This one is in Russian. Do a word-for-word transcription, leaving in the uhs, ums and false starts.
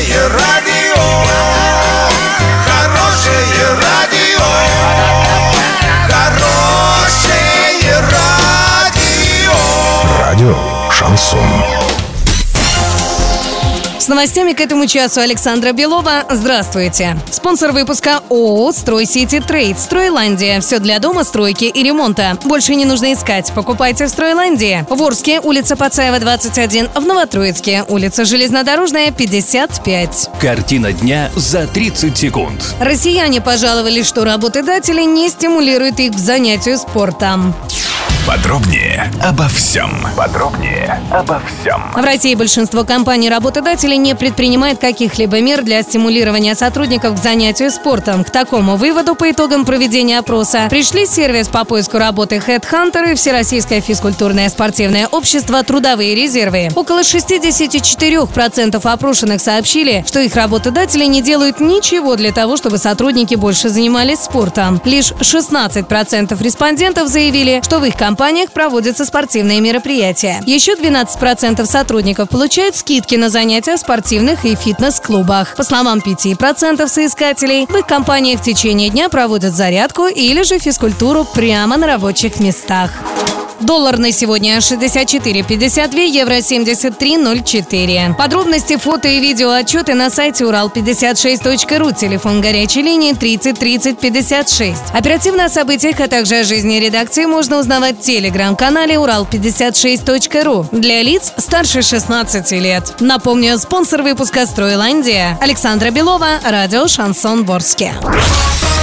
Хорошее радио, хорошее радио, хорошее радио. Радио Шансон. С новостями к этому часу Александра Белова. Здравствуйте. Спонсор выпуска ООО «Стройсити Трейд». «Стройландия». Все для дома, стройки и ремонта. Больше не нужно искать. Покупайте в «Стройландии». В Орске, улица Пацаева, двадцать один. В Новотроицке, улица Железнодорожная, пятьдесят пять. Картина дня за тридцать секунд. Россияне пожаловались, что работодатели не стимулируют их к занятию спортом. Подробнее обо всем. Подробнее обо всем. В России большинство компаний-работодателей не предпринимает каких-либо мер для стимулирования сотрудников к занятию спортом. К такому выводу по итогам проведения опроса пришли сервис по поиску работы HeadHunter и Всероссийское физкультурное спортивное общество «Трудовые резервы». Около шестьдесят четыре процента опрошенных сообщили, что их работодатели не делают ничего для того, чтобы сотрудники больше занимались спортом. Лишь шестнадцать процентов респондентов заявили, что в их компании В компаниях проводятся спортивные мероприятия. Еще двенадцать процентов сотрудников получают скидки на занятия в спортивных и фитнес-клубах. По словам пяти процентов соискателей, в их компаниях в течение дня проводят зарядку или же физкультуру прямо на рабочих местах. Доллар на сегодня шестьдесят четыре пятьдесят два, евро семьдесят три ноль четыре. Подробности, фото и видео отчеты на сайте урал пятьдесят шесть точка ру, телефон горячей линии тридцать тридцать пятьдесят шесть. Оперативно о событиях, а также о жизни редакции можно узнавать в телеграм-канале урал пятьдесят шесть точка ру для лиц старше шестнадцати лет. Напомню, спонсор выпуска «Стройландия». Александра Белова, радио «Шансон» в Орске.